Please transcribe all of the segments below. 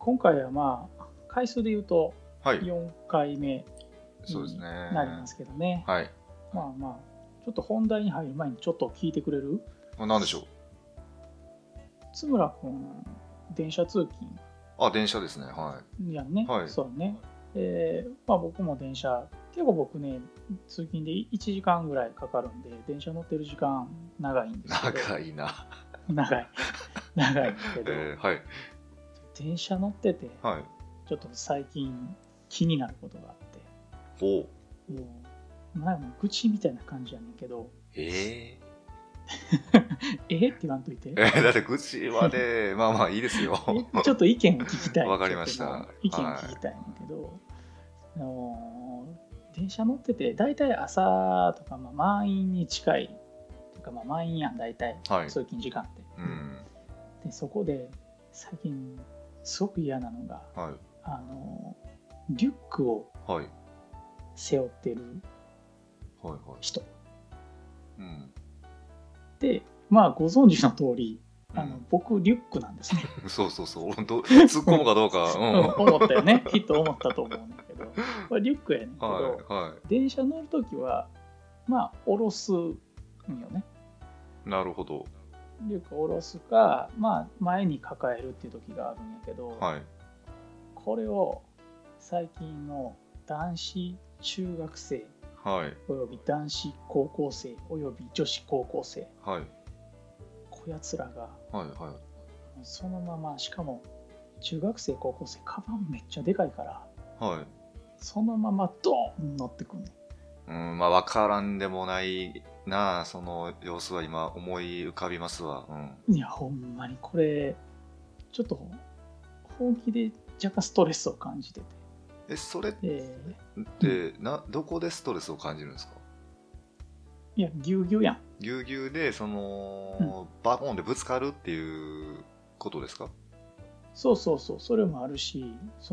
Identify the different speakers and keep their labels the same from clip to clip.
Speaker 1: 今回はまあ回数で言うと
Speaker 2: はい。
Speaker 1: 4回目に
Speaker 2: そうですね。
Speaker 1: なりますけどね。
Speaker 2: はい。
Speaker 1: まあまあちょっと本題に入る前にちょっと聞いてくれる？
Speaker 2: 何でしょう。
Speaker 1: 津村君、電車通勤
Speaker 2: あ、電車ですね。は
Speaker 1: やんね。
Speaker 2: い。はい。
Speaker 1: そうね。まあ僕も電車、結構僕ね、通勤で1時間ぐらいかかるんで、電車乗ってる時間長いんですけど、
Speaker 2: 長いな。
Speaker 1: 長い、長いんだけど、
Speaker 2: はい。
Speaker 1: 電車乗ってて、
Speaker 2: はい。
Speaker 1: ちょっと最近気になることがあって、
Speaker 2: ほう。
Speaker 1: もう、なんかもう愚痴みたいな感じやねんけど、
Speaker 2: え
Speaker 1: って言わんといて。
Speaker 2: だって愚痴はね、まあまあいいですよ。
Speaker 1: ちょっと意見を聞きたい。
Speaker 2: わかりました。
Speaker 1: ちょっともう意見を聞きたいんだけど、電車乗ってて、大体朝とか、まあ、満員に近い、というかまあ満員やん、大体、
Speaker 2: はい。
Speaker 1: 通勤時間って。
Speaker 2: うん。
Speaker 1: で、そこで、最近、すごく嫌なのが、
Speaker 2: はい。
Speaker 1: リュックを
Speaker 2: はい。
Speaker 1: 背負ってる
Speaker 2: はい。はい。
Speaker 1: 人。
Speaker 2: うん。
Speaker 1: で、まあ、ご存知の通り、
Speaker 2: うん
Speaker 1: 僕、リュックなんですね。
Speaker 2: そうそうそう。突っ込むかどうか。
Speaker 1: 思ったよね。きっと思ったと思うんだけど、これリュックやねんけど、
Speaker 2: はい。は
Speaker 1: 電車乗るときは、まあ、下ろすんよね。
Speaker 2: い。なるほど。
Speaker 1: リュック下ろすか、まあ、前に抱えるっていう時があるんやけど、
Speaker 2: はい。
Speaker 1: これを最近の男子中学生
Speaker 2: はい。
Speaker 1: および男子高校生および女子高校生、
Speaker 2: はい。
Speaker 1: こやつらが
Speaker 2: はい。はい。
Speaker 1: そのまま、しかも中学生高校生カバンめっちゃでかいから、
Speaker 2: はい。
Speaker 1: そのままドーン乗ってくんねん。
Speaker 2: まあ分からんでもないなあ、その様子は今思い浮かびますわ。
Speaker 1: いやほんまにこれちょっと本気で若干ストレスを感じてて、
Speaker 2: それっ
Speaker 1: え
Speaker 2: て、どこでストレスを感じるんですか？
Speaker 1: いやぎゅうぎゅうやん。
Speaker 2: ぎゅうぎゅうで、バコンでぶつかるっていうことですか？
Speaker 1: そうそうそう、それもあるし、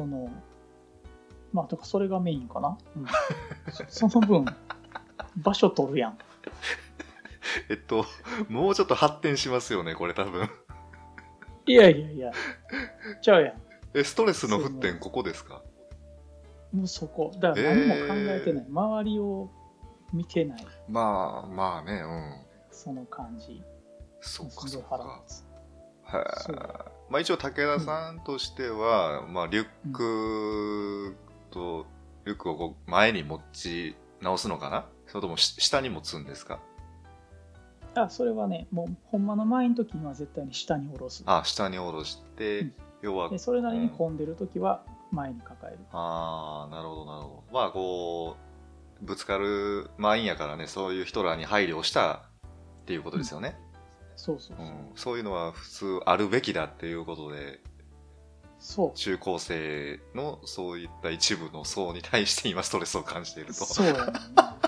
Speaker 1: まあとかそれがメインかな、その分場所取るやん。
Speaker 2: もうちょっと発展しますよね、これ多分。
Speaker 1: いやいやいや、ちゃうやん。
Speaker 2: ストレスの沸点ここですか？
Speaker 1: もうそこ。だから何も考えてない。周りを見てない。
Speaker 2: まあね、
Speaker 1: その感じ。
Speaker 2: そうか
Speaker 1: すごい
Speaker 2: そうか。
Speaker 1: 腹立つ。そう
Speaker 2: まあ一応武田さんとしては、まあリュックをこう前に持ち直すのかな？それとも下に持つんですか？
Speaker 1: それはね、もうほんまの前の時には絶対に下に下ろす。
Speaker 2: 下に下ろして、要は
Speaker 1: でそれなりに混んでる時は前に抱える。
Speaker 2: なるほどなるほど。まあこうぶつかる満員やからね、そういう人らに配慮をしたっていうことですよね。
Speaker 1: そうそうそう。
Speaker 2: そういうのは普通あるべきだっていうことで、中高生のそういった一部の層に対して今ストレスを感じていると。
Speaker 1: そうやね。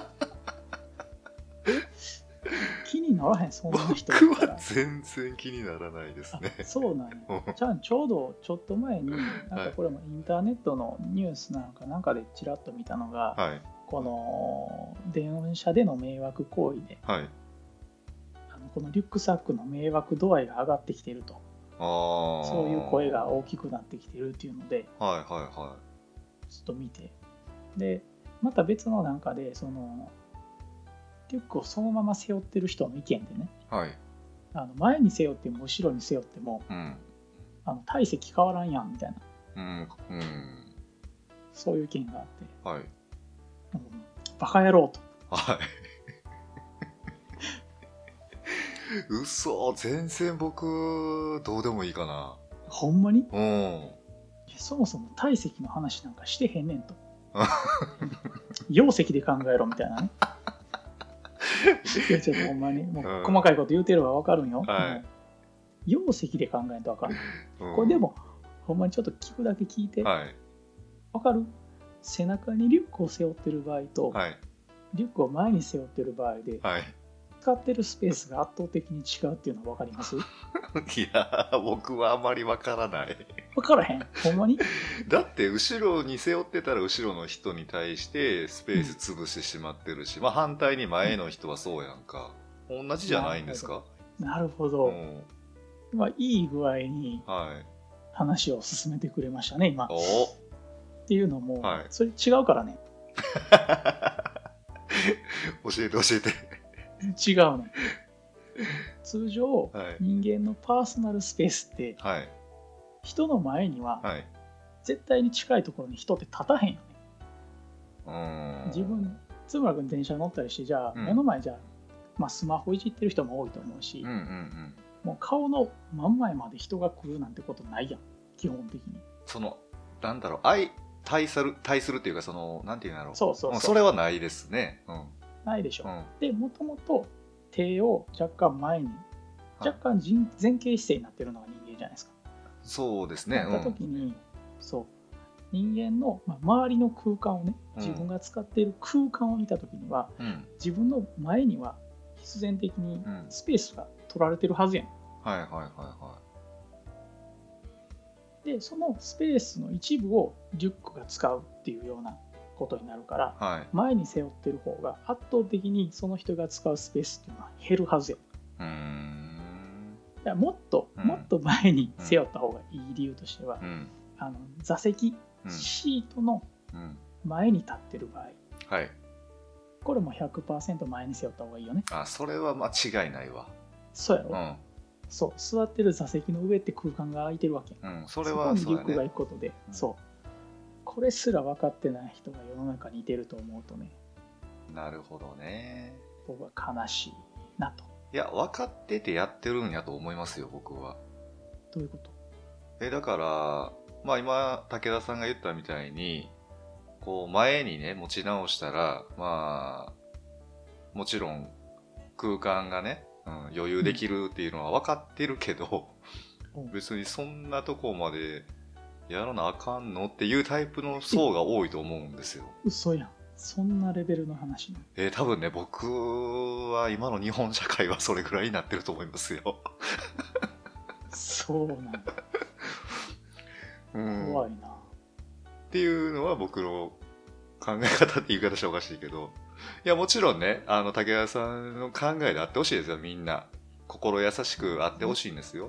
Speaker 1: 気にならへん、そんな人
Speaker 2: 僕は全然気にならないですね。
Speaker 1: そうなんや。じゃあちょうどちょっと前に、なんかこれもインターネットのニュースなんかなんかでちらっと見たのが、
Speaker 2: はい、
Speaker 1: この電車での迷惑行為で、
Speaker 2: はい、
Speaker 1: このリュックサックの迷惑度合いが上がってきていると。そういう声が大きくなってきているっていうので、
Speaker 2: はいはいはい、
Speaker 1: ちょっと見て、でまた別のなんかでリュックをそのまま背負ってる人の意見でね、
Speaker 2: はい、
Speaker 1: 前に背負っても後ろに背負っても、体積変わらんやんみたいな、そういう意見があって、
Speaker 2: はい、
Speaker 1: バカ野郎と。
Speaker 2: はい。嘘、全然僕どうでもいいかな。
Speaker 1: ほんまに？
Speaker 2: うん
Speaker 1: そもそも体積の話なんかしてへんねんと。容積で考えろみたいなね。いやちょっとほんまにもう細かいこと言うてるわ分かるんよ。容積で考えんと分かんない。これでもほんまにちょっと聞くだけ聞いて。分かる？背中にリュックを背負ってる場合と、リュックを前に背負ってる場合で、使ってるスペースが圧倒的に違うっていうのは分かります？
Speaker 2: いや僕はあまり分からない。
Speaker 1: 分からへん？ほんまに？
Speaker 2: だって後ろに背負ってたら後ろの人に対してスペース潰してしまってるし、まあ反対に前の人はそうやんか。同じじゃないんですか？
Speaker 1: なるほど。まあいい具合に話を進めてくれましたね今。
Speaker 2: お
Speaker 1: っていうのも、
Speaker 2: はい、
Speaker 1: それ違うからね。
Speaker 2: 教えて。
Speaker 1: 違うね。通常、
Speaker 2: はい、
Speaker 1: 人間のパーソナルスペースって、
Speaker 2: はい、
Speaker 1: 人の前には、
Speaker 2: はい、
Speaker 1: 絶対に近いところに人って立たへんよね。
Speaker 2: うーん、
Speaker 1: 自分、津村君電車乗ったりして、じゃあ、目の前じゃあ、まあ、スマホいじってる人も多いと思うし、もう顔の真ん前まで人が来るなんてことないやん、基本的に。
Speaker 2: その、なんだろう、対するっていうか、その、なんていうんだろう。
Speaker 1: そう。
Speaker 2: それはないですね。
Speaker 1: ないでしょ。で、もともと手を若干前に、若干前傾姿勢になってるのが人間じゃないですか。
Speaker 2: そうですね。
Speaker 1: なった時に、人間の、周りの空間をね、自分が使っている空間を見た時には、自分の前には必然的にスペースが取られてるはずやん。で、そのスペースの一部をリュックが使うっていうようなことになるから、前に背負ってる方が圧倒的にその人が使うスペースっていうのは減るはずや。だからもっと前に背負った方がいい理由としては、座席、シートの前に立ってる場合、これも 100% 前に背負った方がいいよね。
Speaker 2: それは間違いないわ。
Speaker 1: そうやろ、そう、座ってる座席の上って空間が空いてるわけ。
Speaker 2: それは
Speaker 1: そこにリュックが行くことで、これすら分かってない人が世の中にいてると思うとね。
Speaker 2: なるほどね。
Speaker 1: 僕は悲しいなと。
Speaker 2: いや、分かっててやってるんやと思いますよ、僕は。
Speaker 1: どういうこと？
Speaker 2: だから、今武田さんが言ったみたいに、こう前にね持ち直したら、もちろん空間がね、余裕できるっていうのは分かってるけど、別にそんなとこまでやらなあかんのっていうタイプの層が多いと思うんですよ。
Speaker 1: 嘘やん。そんなレベルの話ね。
Speaker 2: 多分ね、僕は今の日本社会はそれぐらいになってると思いますよ。
Speaker 1: そうなんだ。怖いな。
Speaker 2: っていうのは僕の考え方って言い方しておかしいけど、いやもちろんね、武田さんの考えであってほしいですよ。みんな心優しくあってほしいんですよ。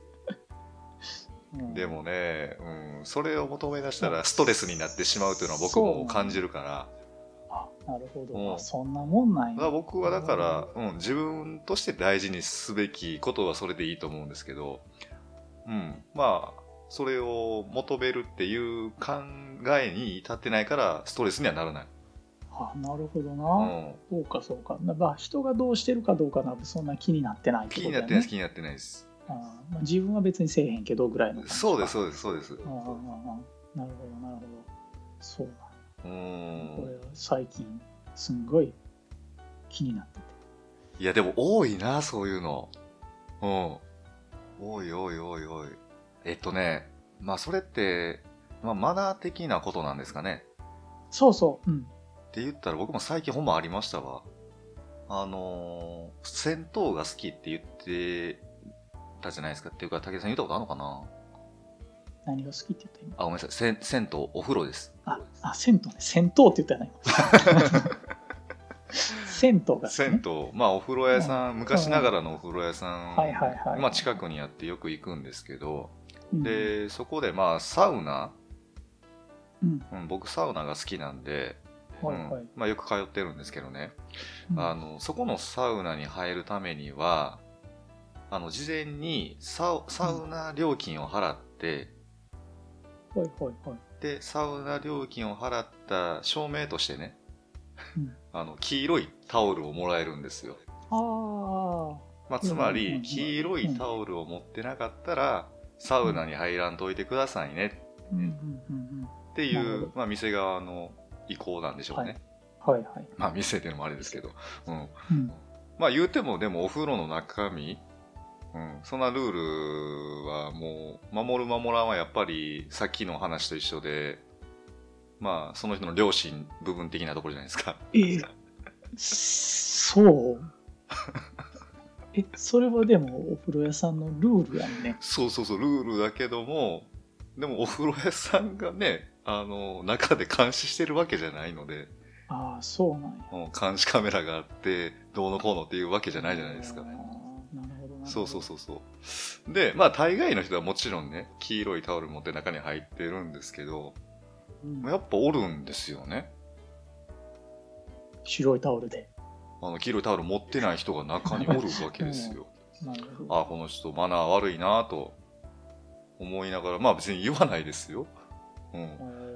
Speaker 2: でもね、それを求め出したらストレスになってしまうというのは僕も感じるから。
Speaker 1: なるほど、そんなもんなんや。
Speaker 2: 僕はだから、自分として大事にすべきことはそれでいいと思うんですけど、それを求めるっていう考えに至ってないからストレスにはならない。
Speaker 1: なるほどな。そうか。人がどうしてるかどうかなんてそんな気になってないってことだよね。
Speaker 2: 気になってないです。
Speaker 1: 自分は別にせえへんけどぐらいの感じ。
Speaker 2: そうです。
Speaker 1: なるほど。そうなん。これは最近すんごい気になってて。
Speaker 2: いやでも多いな、そういうの。おい。それって、マナー的なことなんですかね。
Speaker 1: そう。
Speaker 2: って言ったら僕も最近ほんまありましたわ。銭湯が好きって言ってたじゃないですか。っていうか、武田さん言ったことあるのかな？
Speaker 1: 何が好きって言った今？
Speaker 2: ごめんなさい。銭湯、お風呂です。
Speaker 1: 銭湯ね。銭湯って言ったよね。銭湯が好きね。
Speaker 2: 銭湯。お風呂屋さん、昔ながらのお風呂屋さん、近くにあってよく行くんですけど、で、そこでサウナ、僕サウナが好きなんで、よく通ってるんですけどね、そこのサウナに入るためには事前にサウナ料金を払って、でサウナ料金を払った証明としてね、黄色いタオルをもらえるんですよ。つまり黄色いタオルを持ってなかったらサウナに入らんといてくださいねっていう、店側の意向なんでしょうね。店でのもあれですけど、言うてもでもお風呂の中身、そんなルールはもう守る守らんはやっぱりさっきの話と一緒で、その人の良心部分的なところじゃないですか。
Speaker 1: そうそれはでもお風呂屋さんのルールやんね。
Speaker 2: そうルールだけども、でもお風呂屋さんがね、中で監視してるわけじゃないので。
Speaker 1: そうなんや。
Speaker 2: 監視カメラがあってどうのこうのっていうわけじゃないじゃないですか。
Speaker 1: なるほどな。
Speaker 2: そうそうそうそう。で、まあ大概の人はもちろんね、黄色いタオル持って中に入ってるんですけど、やっぱおるんですよね。
Speaker 1: 白いタオルで。
Speaker 2: 黄色いタオル持ってない人が中におるわけですよ。あ、この人マナー悪いなと思いながら、まあ別に言わないですよ。うん。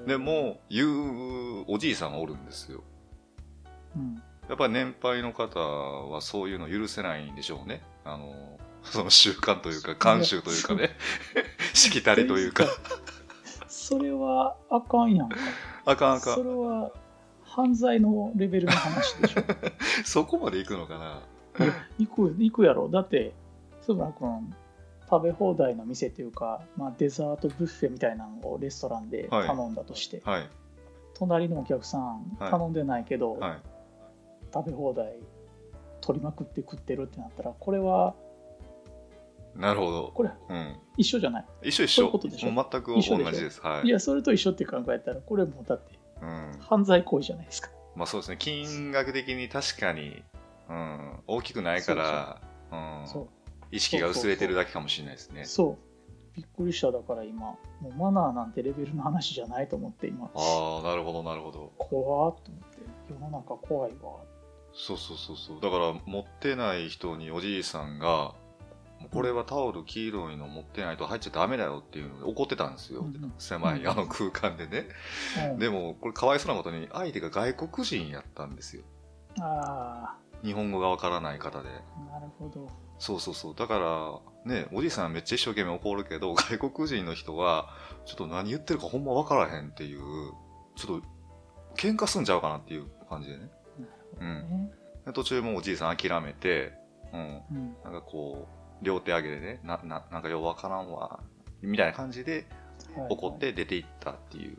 Speaker 2: でも、言うおじいさんがおるんですよ。うん。やっぱり年配の方はそういうの許せないんでしょうね。その習慣というか、慣習というかね。しきたりというか。
Speaker 1: それはあかんやんか。
Speaker 2: あかんあかん。
Speaker 1: それは犯罪のレベルの話でしょ。
Speaker 2: そこまで行くのかな。
Speaker 1: いや、行くやろ。だって、つぶらくん、食べ放題の店というか、まあ、デザートブッフェみたいなのをレストランで頼んだとして、はい、隣のお客さん頼んでないけど、はい、食べ放題取りまくって食ってるってなったら、これは
Speaker 2: なるほど。
Speaker 1: これ、うん、一緒じゃない。
Speaker 2: 一緒。そういうことでしょ。もう全く同じです。はい。
Speaker 1: いや、それと一緒って考えたら、これもだって、犯罪行為じゃないですか。
Speaker 2: まあそうですね。金額的に確かに、大きくないから、意識が薄れてるだけかもしれないですね。
Speaker 1: そう。びっくりした。だから今、もうマナーなんてレベルの話じゃないと思って今。
Speaker 2: ああ、なるほどなるほど。
Speaker 1: 怖っと思って、世の中怖いわ。
Speaker 2: そう。だから持ってない人におじいさんが、これはタオル黄色いの持ってないと入っちゃダメだよっていうので怒ってたんですよ。狭い空間でね。でもこれかわいそうなことに相手が外国人やったんですよ。ああ。日本語がわからない方で。
Speaker 1: なるほど。
Speaker 2: そう。だからね、おじいさんめっちゃ一生懸命怒るけど、外国人の人はちょっと何言ってるかほんまわからへんっていう、ちょっと喧嘩すんちゃうかなっていう感じでね。途中もおじいさん諦めて、なんかこう。両手上げてね、なんかようわからんわ、みたいな感じで怒って出ていったっていう、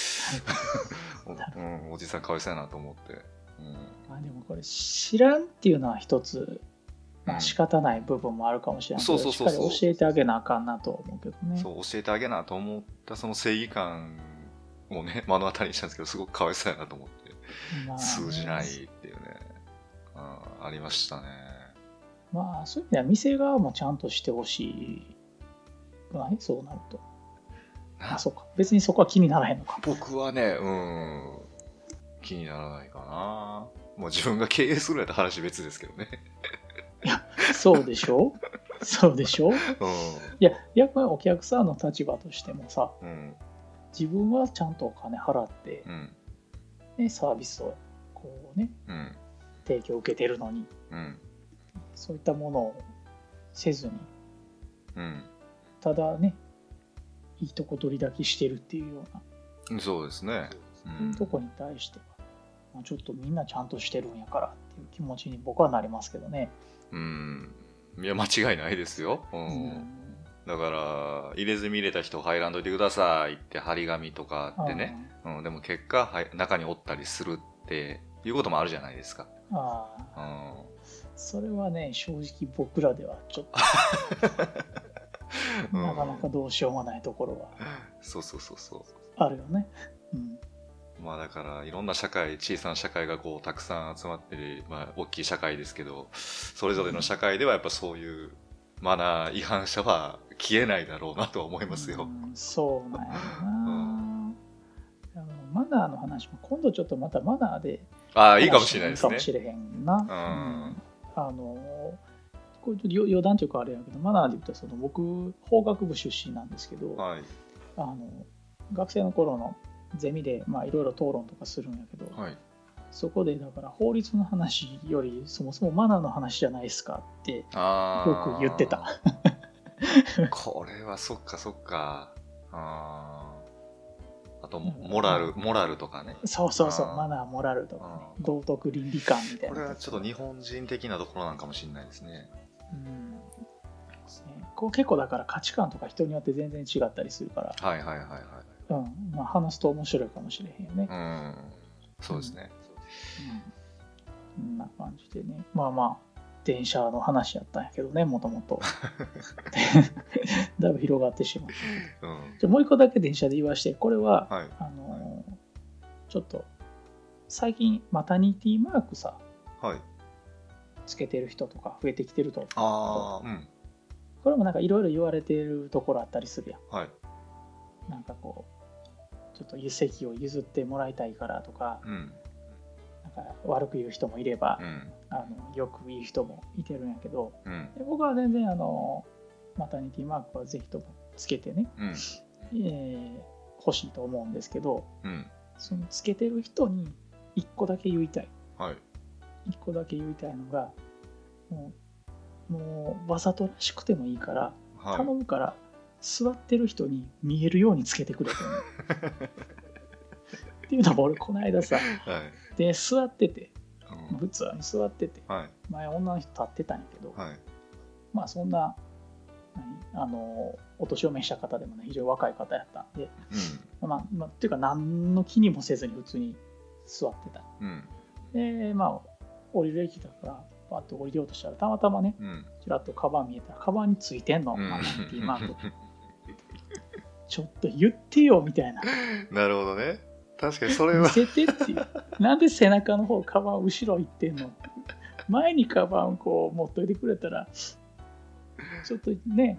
Speaker 2: おじさんかわいそうやなと思って。
Speaker 1: まあでもこれ知らんっていうのは一つ、まあ仕方ない部分もあるかもしれないけど、しっかり教えてあげなあかんなと思うけどね。
Speaker 2: そう、教えてあげなと思ったその正義感をね、目の当たりにしたんですけど、すごくかわいそうやなと思って、通じないっていうね、ありましたね。
Speaker 1: まあ、そういう意味では店側もちゃんとしてほしい。そうなると。そうか。別にそこは気にならへんのか。
Speaker 2: 僕はね、気にならないかな。もう自分が経営するやったら話別ですけどね。
Speaker 1: いや、そうでしょそうでしょ、いや、逆にお客さんの立場としてもさ、自分はちゃんとお金払って、ね、サービスをこうね、提供受けてるのに、そういったものをせずに、ただね、いいとこ取りだけしてるっていうような、
Speaker 2: そうですね。
Speaker 1: そういうとこに対しては、まあ、ちょっとみんなちゃんとしてるんやからっていう気持ちに僕はなりますけどね。
Speaker 2: いや間違いないですよ。だから入れ墨入れた人入らんといてくださいって張り紙とかあってね、でも結果中におったりするっていうこともあるじゃないですか。
Speaker 1: それはね、正直僕らではちょっとなかなかどうしようもないところは
Speaker 2: そう
Speaker 1: あるよね。
Speaker 2: まあだからいろんな社会、小さな社会がこうたくさん集まってる、まあ大きい社会ですけど、それぞれの社会ではやっぱそういうマナー違反者は消えないだろうなとは思いますよ。
Speaker 1: そうなんやな。マナーの話も今度ちょっとまたマナーで
Speaker 2: いいかもしれないですね。
Speaker 1: かもしれへんな。これ余談というかあれやけど、マナーで言ったら僕法学部出身なんですけど、学生の頃のゼミでいろいろ討論とかするんやけど、そこでだから法律の話よりそもそもマナーの話じゃないですかってよく言ってた。
Speaker 2: これはそっか。あとモラルとかね。
Speaker 1: そうマナーモラルとかね、道徳倫理観みたいな。
Speaker 2: これはちょっと日本人的なところなんかもしれないですね。
Speaker 1: こう結構だから価値観とか人によって全然違ったりするから、話すと面白いかもしれへんよね。
Speaker 2: そうですね。
Speaker 1: こんな感じでね、まあ電車の話やったんやけどね、もともとだいぶ広がってしまう。じゃもう一個だけ電車で言わして、これは、ちょっと最近マタニティマークさ、つけてる人とか増えてきてると思う。 これもなんかいろいろ言われているところあったりするやん。
Speaker 2: はい。
Speaker 1: なんかこうちょっと席を譲ってもらいたいからとか、
Speaker 2: うん。
Speaker 1: なんか悪く言う人もいれば、
Speaker 2: うん。
Speaker 1: よく言う人もいてるんやけど、
Speaker 2: うん。
Speaker 1: で僕は全然マタニティマークはぜひともつけてね、
Speaker 2: うん。
Speaker 1: 欲しいと思うんですけど、
Speaker 2: うん。
Speaker 1: そのつけてる人に一個だけ言いたい。
Speaker 2: はい。
Speaker 1: 一個だけ言いたいのが、もうわざとらしくてもいいから、
Speaker 2: はい。
Speaker 1: 頼むから座ってる人に見えるようにつけてくれと思う。っていうのも俺この間さ、
Speaker 2: はい。
Speaker 1: で座ってて、
Speaker 2: うん。
Speaker 1: ブツアーに座ってて、
Speaker 2: はい。
Speaker 1: 前女の人立ってたんやけど、
Speaker 2: はい。
Speaker 1: まあそんなお年を召した方でもね、非常に若い方やったんで、っていうか何の気にもせずに普通に座ってた。
Speaker 2: うん。
Speaker 1: で降りる駅だからパッと降りようとしたら、たまたまね、
Speaker 2: うん。
Speaker 1: ちらっとカバン見えたら、カバンについてんの、
Speaker 2: うん
Speaker 1: マタニティマーク。ちょっと言ってよみたいな。
Speaker 2: なるほどね。確かにそれ
Speaker 1: 見
Speaker 2: は
Speaker 1: せてっていう。なんで背中の方カバン後ろ行ってんの。前にカバンこう持っといてくれたら、ちょっとね、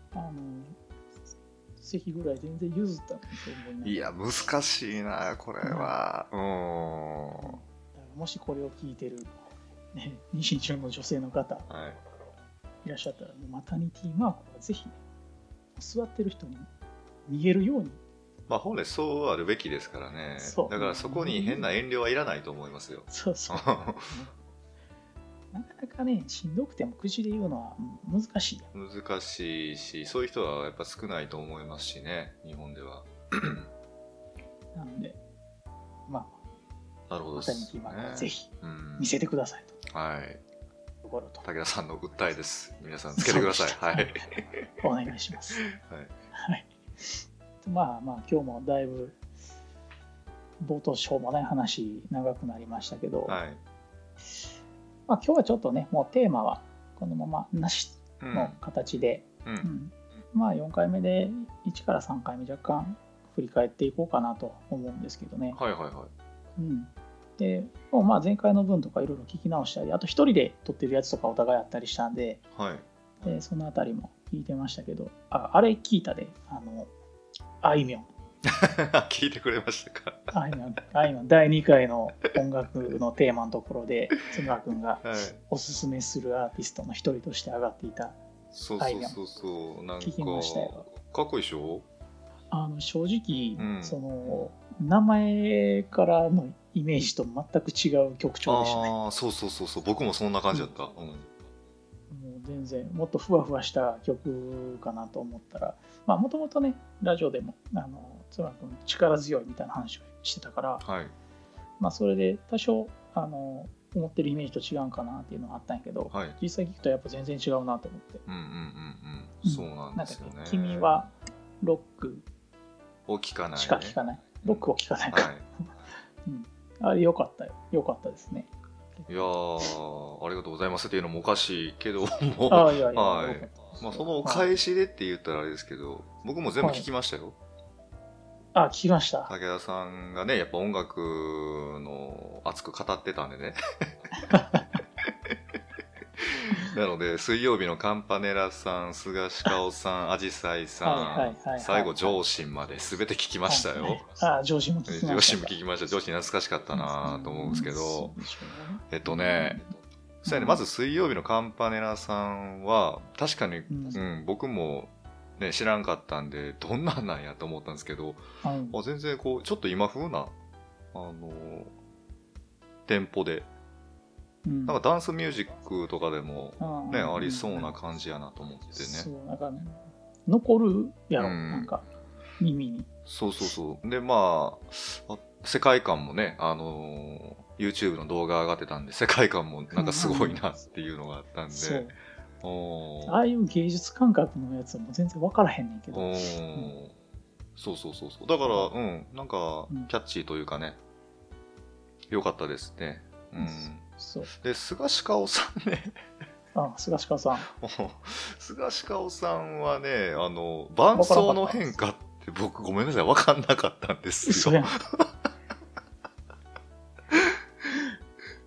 Speaker 1: 席ぐらい全然譲ったのと思いながら。
Speaker 2: いや難しいなこれは。
Speaker 1: だからもしこれを聞いてる、ね、妊娠中の女性の方いらっしゃったら、もうマタニティマークはぜひ、ね、座ってる人に見えるように。
Speaker 2: まあ本来そうあるべきですからね。だからそこに変な遠慮はいらないと思いますよ。
Speaker 1: そうそう。なかなかね、しんどくても口で言うのは難しいやん。
Speaker 2: 難しいし、そういう人はやっぱ少ないと思いますしね、日本では。
Speaker 1: なので、まあ、
Speaker 2: なるほど
Speaker 1: マタニティマークはぜひ
Speaker 2: うん
Speaker 1: 見せてくださいと。
Speaker 2: はい。
Speaker 1: ところと。
Speaker 2: 武田さんの訴えです。皆さんつけてください。はい。
Speaker 1: お願いします。
Speaker 2: はい。
Speaker 1: はい。まあ今日もだいぶ冒頭しょうもない話長くなりましたけど、
Speaker 2: はい。
Speaker 1: まあ今日はちょっとね、もうテーマはこのままなしの形で、まあ4回目で1から3回目若干振り返っていこうかなと思うんですけどね。
Speaker 2: はいはいはい。
Speaker 1: で、もうまあ前回の分とかいろいろ聞き直したり、あと一人で撮ってるやつとかお互いあったりしたんで、
Speaker 2: はい。
Speaker 1: でそのあたりも聞いてましたけど、あれ聞いたで、あいみょん。
Speaker 2: 聞いてくれましたか。
Speaker 1: あいみょん第2回の音楽のテーマのところで、津村君がおすすめするアーティストの一人として上がっていたあいみょん。
Speaker 2: なんか
Speaker 1: 聞きましたよ。
Speaker 2: かっこいいでしょ。
Speaker 1: 正直、その名前からのイメージと全く違う曲調でしたね。
Speaker 2: ああ、そう僕もそんな感じだった。
Speaker 1: もう全然もっとふわふわした曲かなと思ったら、まあもともとねラジオでも津村君力強いみたいな話をしてたから、
Speaker 2: はい、
Speaker 1: まあそれで多少思ってるイメージと違うんかなっていうのがあったんやけど、
Speaker 2: はい、
Speaker 1: 実際聞くとやっぱ全然違うなと思って。
Speaker 2: そうなんですよね。
Speaker 1: なんか君はロック
Speaker 2: を聞かない、ね、
Speaker 1: しか聞かない。ロックを聞かないか。はいあれ良かったよ。良かったですね。
Speaker 2: いやありがとうございますっていうのもおかしいけども、まあそのお返しでって言ったらあれですけど、僕も全部聞きましたよ。
Speaker 1: 聞きました。
Speaker 2: 武田さんがね、やっぱ音楽の熱く語ってたんでね。なので水曜日のカンパネラさん、菅氏香さん、アジサイさん、最後上心まで全て聞きましたよ。
Speaker 1: 上心も聞きました。
Speaker 2: 上心も聞きました。上心懐かしかったなと思うんですけど、そうやね、まず水曜日のカンパネラさんは確かに、僕もね知らんかったんでどんなんなんやと思ったんですけど、全然こうちょっと今風なテンポで。なんかダンスミュージックとかでもね、ありそうな感じやなと思ってね。
Speaker 1: そうなんか残るやろ、なんか耳に。
Speaker 2: そうでまあ世界観もねYouTube の動画上がってたんで世界観もなんかすごいなっていうのがあったんで、
Speaker 1: ああいう芸術感覚のやつはもう全然分からへんねんけど。
Speaker 2: そうだからなんかキャッチーというかね、良かったですね。で菅氏香さんね
Speaker 1: 菅氏香さん
Speaker 2: 菅氏香さんはね伴奏の変化って僕ごめんなさい分かんなかったんですよ。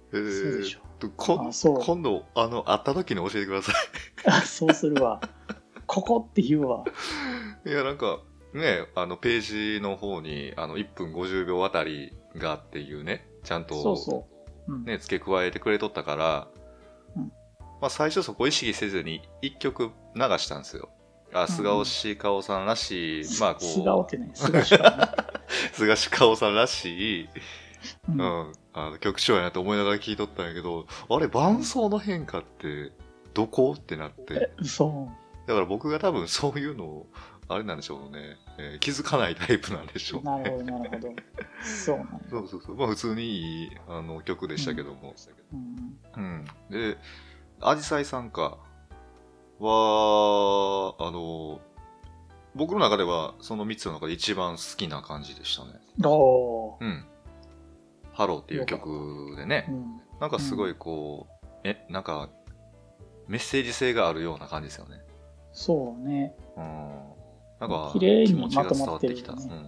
Speaker 2: 今度会った時に教えてください。
Speaker 1: そうするわ。 ここって言うわ。
Speaker 2: いや、なんか、ね、ページの方に、1分50秒あたりがっていうね、ちゃんと、
Speaker 1: そうそう。
Speaker 2: ね、付け加えてくれとったから、まあ、最初そこ意識せずに1曲流したんですよ。菅押かおさんらしい、まあこう。
Speaker 1: 菅尾ってね、菅氏かね。
Speaker 2: 菅氏かおさんらしい、曲調やなと思いながら聞いとったんやけど、あれ、伴奏の変化ってどこってなって。
Speaker 1: そう。
Speaker 2: だから僕が多分そういうのを、あれなんでしょうね、気づかないタイプなんでしょうね。
Speaker 1: なるほど、なるほど。そうなん
Speaker 2: そう。まあ普通にいい曲でしたけども。で、あじさいさんかは、僕の中ではその3つの中で一番好きな感じでしたね。ハローっていう曲でね、なんかすごいこう、なんかメッセージ性があるような感じですよね。
Speaker 1: そうね。
Speaker 2: なんか
Speaker 1: 綺麗にまとまってるよね。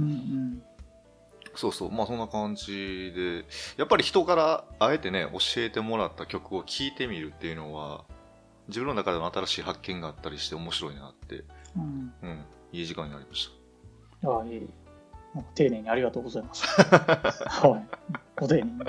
Speaker 2: そう。まあそんな感じで、やっぱり人からあえてね、教えてもらった曲を聴いてみるっていうのは、自分の中での新しい発見があったりして面白いなって、いい時間になりました。
Speaker 1: いい。丁寧にありがとうございます。はい。ご丁寧に。な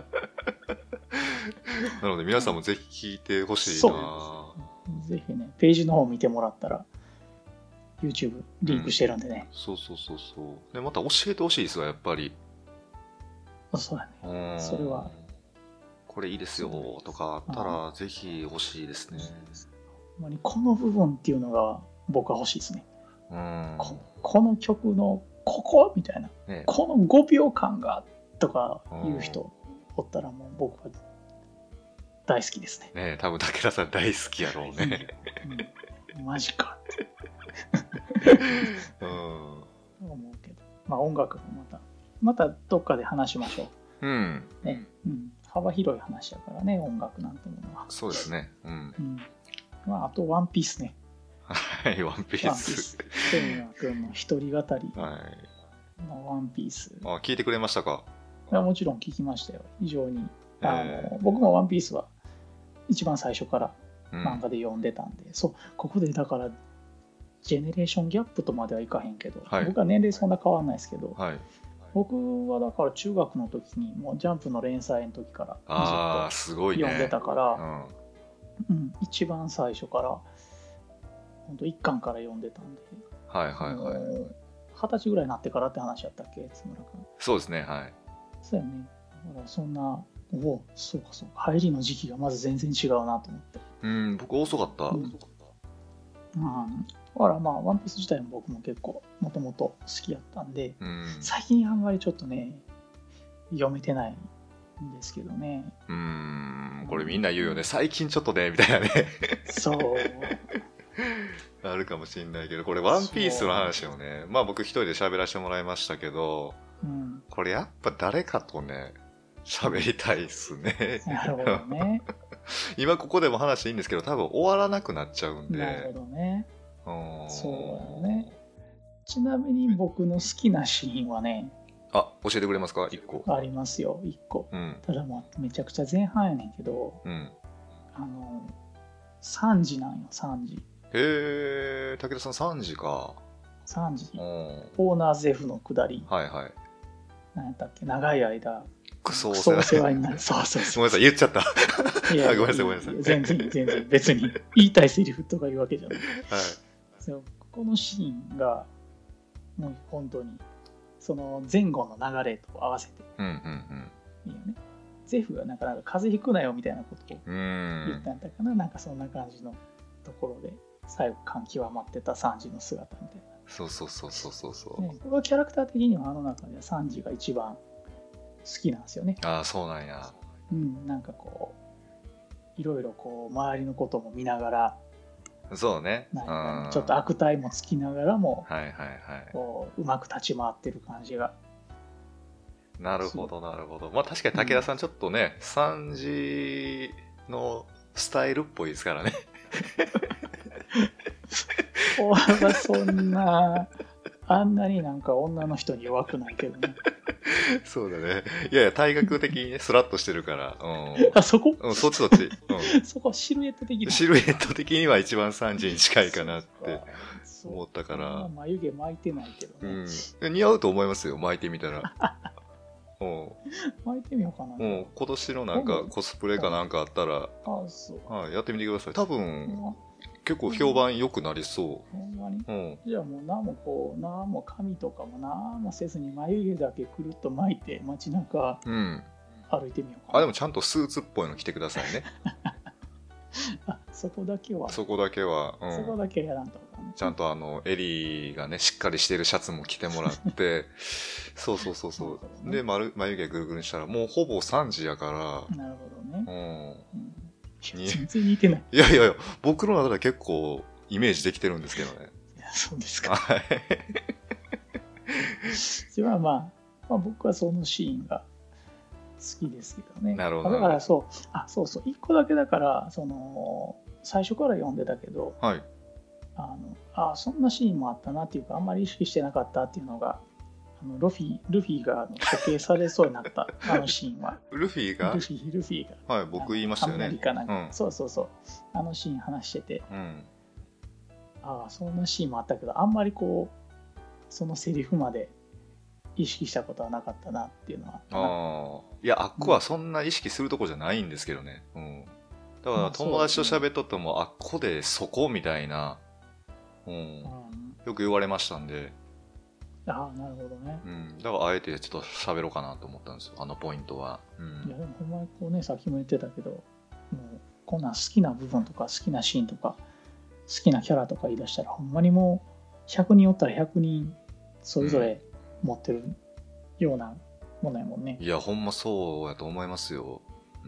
Speaker 2: ので皆さんもぜひ聴いてほしいな。
Speaker 1: ぜひね、ページの方見てもらったら、YouTube リンクしてるんでね。
Speaker 2: そう。で、また教えてほしいですわ、やっぱり。
Speaker 1: そうだね。それは。
Speaker 2: これいいですよとかあったら、ぜひ欲しいですね。
Speaker 1: この部分っていうのが僕は欲しいですね。この曲のここみたいな、この5秒間がとかいう人おったらもう僕は大好きですね。
Speaker 2: ね、多分武田さん大好きやろうね。
Speaker 1: マジかって。思うけど、まあ音楽もまたどっかで話しましょう。幅広い話だからね、音楽なんてものは。
Speaker 2: そうですね。
Speaker 1: まああとワンピースね。
Speaker 2: はい、ワンピース。
Speaker 1: 千賀君の一人語りのワンピース。
Speaker 2: 聞いてくれましたか？
Speaker 1: いや、もちろん聞きましたよ。非常に。僕もワンピースは一番最初から漫画で読んでたんで、ここでだからジェネレーションギャップとまではいかへんけど、僕は年齢そんな変わらないですけど、僕はだから中学の時にもうジャンプの連載の時からずっと読んでたから、一番最初から本当1巻から読んでたんで、20歳ぐらいになってからって話やったっけ、津村君。
Speaker 2: そうですね、はい。
Speaker 1: そうやね。だからそんな、そうか、入りの時期がまず全然違うなと思って。
Speaker 2: 僕遅かった。
Speaker 1: だからまあ、ワンピース自体も僕も結構もともと好きやったんで、最近あんまりちょっとね、読めてないんですけどね。
Speaker 2: これみんな言うよね、最近ちょっとね、みたいなね。
Speaker 1: そう。
Speaker 2: あるかもしれないけど、これワンピースの話をね、まあ僕一人で喋らせてもらいましたけど、これやっぱ誰かとね、喋りたいっすね。
Speaker 1: なるほどね。
Speaker 2: 今ここでも話していいんですけど、多分終わらなくなっちゃうんで。
Speaker 1: なるほどね。そうだね。ちなみに僕の好きなシーンはね、
Speaker 2: 教えてくれますか？1個。
Speaker 1: ありますよ、1個。ただもうめちゃくちゃ前半やねんけど、3時なんよ、3時。
Speaker 2: へえ、武田さん3時か。
Speaker 1: 3時。オーナーゼフの下り。
Speaker 2: はいはい。
Speaker 1: 何やったっけ、長い間。
Speaker 2: クソお
Speaker 1: 世話になる。そう。
Speaker 2: ごめんなさい、言っちゃった。
Speaker 1: いや
Speaker 2: ごめんなさい。
Speaker 1: 全然、別に言いたいセリフとかいうわけじゃない。このシーンが、もう本当に、その前後の流れと合わせて、いいよね。ゼフがなかなか風邪ひくなよみたいなことを言ったんだかな、なんかそんな感じのところで、最後感極まってたサンジの姿みたいな。
Speaker 2: そう。
Speaker 1: 僕はキャラクター的にはあの中ではサンジが一番好きなんですよね。
Speaker 2: そうなんや。
Speaker 1: なんかこういろいろこう周りのことも見ながら、
Speaker 2: そうね。
Speaker 1: ちょっと悪態もつきながらも、
Speaker 2: こ
Speaker 1: うまく立ち回ってる感じが。
Speaker 2: なるほど。まあ確かに武田さんちょっとね、サンジのスタイルっぽいですからね。
Speaker 1: そんなあんなになんか女の人に弱くないけどね。
Speaker 2: そうだね。いやいや、体格的にね、スラッとしてるから。
Speaker 1: あ、そこ、
Speaker 2: そっちそっち。
Speaker 1: そこシルエット的な。
Speaker 2: シルエット的には一番3時に近いかなって思ったから。
Speaker 1: 眉毛巻いてないけどね。
Speaker 2: 似合うと思いますよ、巻いてみたら。
Speaker 1: 巻いてみようかな。
Speaker 2: 今年のなんかコスプレかなんかあったら、やってみてください。多分、結構評判良くなりそう。
Speaker 1: ほんまに、じゃあもう何も髪とかも何もせずに眉毛だけくるっと巻いて街中歩いてみようかな。
Speaker 2: でもちゃんとスーツっぽいの着てくださいね。
Speaker 1: そこだけはやらんとかね。
Speaker 2: ちゃんと襟がねしっかりしてるシャツも着てもらってそうで眉毛ぐるぐるにしたらもうほぼ3時やから。
Speaker 1: なるほどね。全然似てない。
Speaker 2: いや僕の中では結構イメージできてるんですけどね。
Speaker 1: いや、そうですか。それはまあ僕はそのシーンが好きですけどね。
Speaker 2: なるほど。
Speaker 1: だからそう一個だけだから最初から読んでたけど、そんなシーンもあったなっていうか、あんまり意識してなかったっていうのがルフィが処刑されそうになったシーンは。
Speaker 2: ルフィがはい、僕言いましたよね。
Speaker 1: アメリカなんか、そうシーン話してて、そんなシーンもあったけど、あんまりそのセリフまで意識したことはなかったなっていうのは。
Speaker 2: いや、あっこはそんな意識するとこじゃないんですけどね。だから友達と喋っとっても、あっこでそこみたいな、よく言われましたんで。
Speaker 1: なるほどね。
Speaker 2: だからあえてちょっと喋ろうかなと思ったんですよ、あのポイントは。
Speaker 1: いやでもほんまにさっきも言ってたけど、もうこんな好きな部分とか好きなシーンとか好きなキャラとか言い出したら、ほんまにもう100人おったら100人それぞれ持ってるようなものやもんね。
Speaker 2: いやほんまそうやと思いますよ。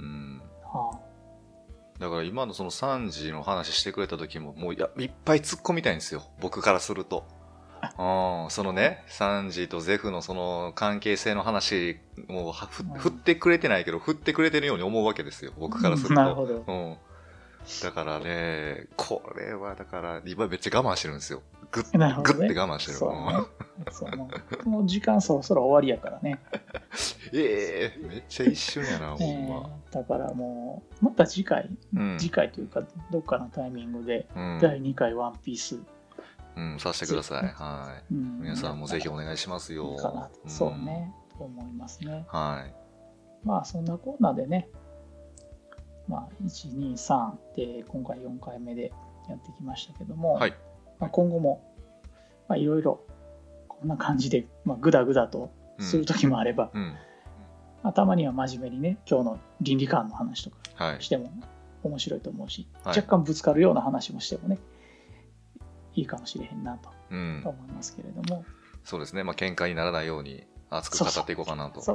Speaker 2: だから今のその3時の話してくれた時ももういっぱい突っ込みたいんですよ、僕からすると。そのね、サンジとゼフのその関係性の話も振ってくれてないけど振ってくれてるように思うわけですよ、僕からすると。
Speaker 1: なるほど。
Speaker 2: だからね、これはだから今めっちゃ我慢してるんですよ。グッて我慢してる。
Speaker 1: もう時間そろそろ終わりやからね。
Speaker 2: めっちゃ一瞬やな、ほんま。
Speaker 1: だからもうまた次回というかどっかのタイミングで第2回ワンピース
Speaker 2: させてください。はい。皆さんもぜひお願いしますよ。
Speaker 1: そうね、と思いますね。
Speaker 2: はい。
Speaker 1: まあそんなコーナーでね、1、2、3で今回4回目でやってきましたけども、今後もいろいろこんな感じでグダグダとする時もあれば、たまには真面目にね、今日の倫理観の話とかしても面白いと思うし、若干ぶつかるような話もしてもね、いいかもしれへんなと思いますけれども。
Speaker 2: そうですね、喧嘩にならないように熱く語っていこうかなと。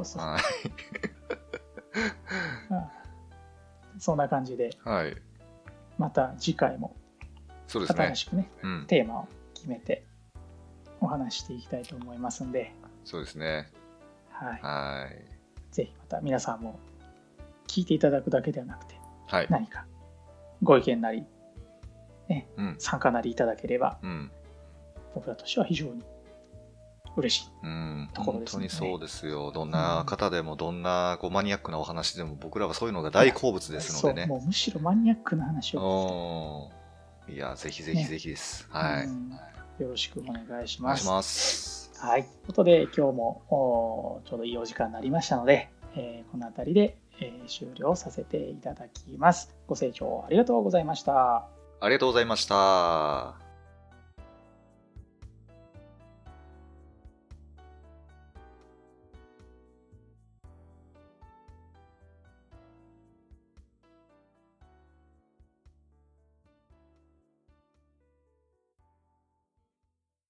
Speaker 1: そんな感じで、また次回も新しくね、テーマを決めてお話していきたいと思いますんで。
Speaker 2: そうですね。
Speaker 1: ぜひまた皆さんも聞いていただくだけではなくて、何かご意見なり、参加なりいただければ、僕らとしては非常に嬉しいところですね。
Speaker 2: 本当にそうですよ。どんな方でもどんなマニアックなお話でも僕らはそういうのが大好物ですのでね。
Speaker 1: もうむしろマニアックな話を
Speaker 2: いやぜひぜひぜひです、
Speaker 1: よろしくお願いします。
Speaker 2: お願いします。
Speaker 1: ということで今日もちょうどいいお時間になりましたので、この辺りで、終了させていただきます。ご清聴ありがとうございました。
Speaker 2: ありがとうございました。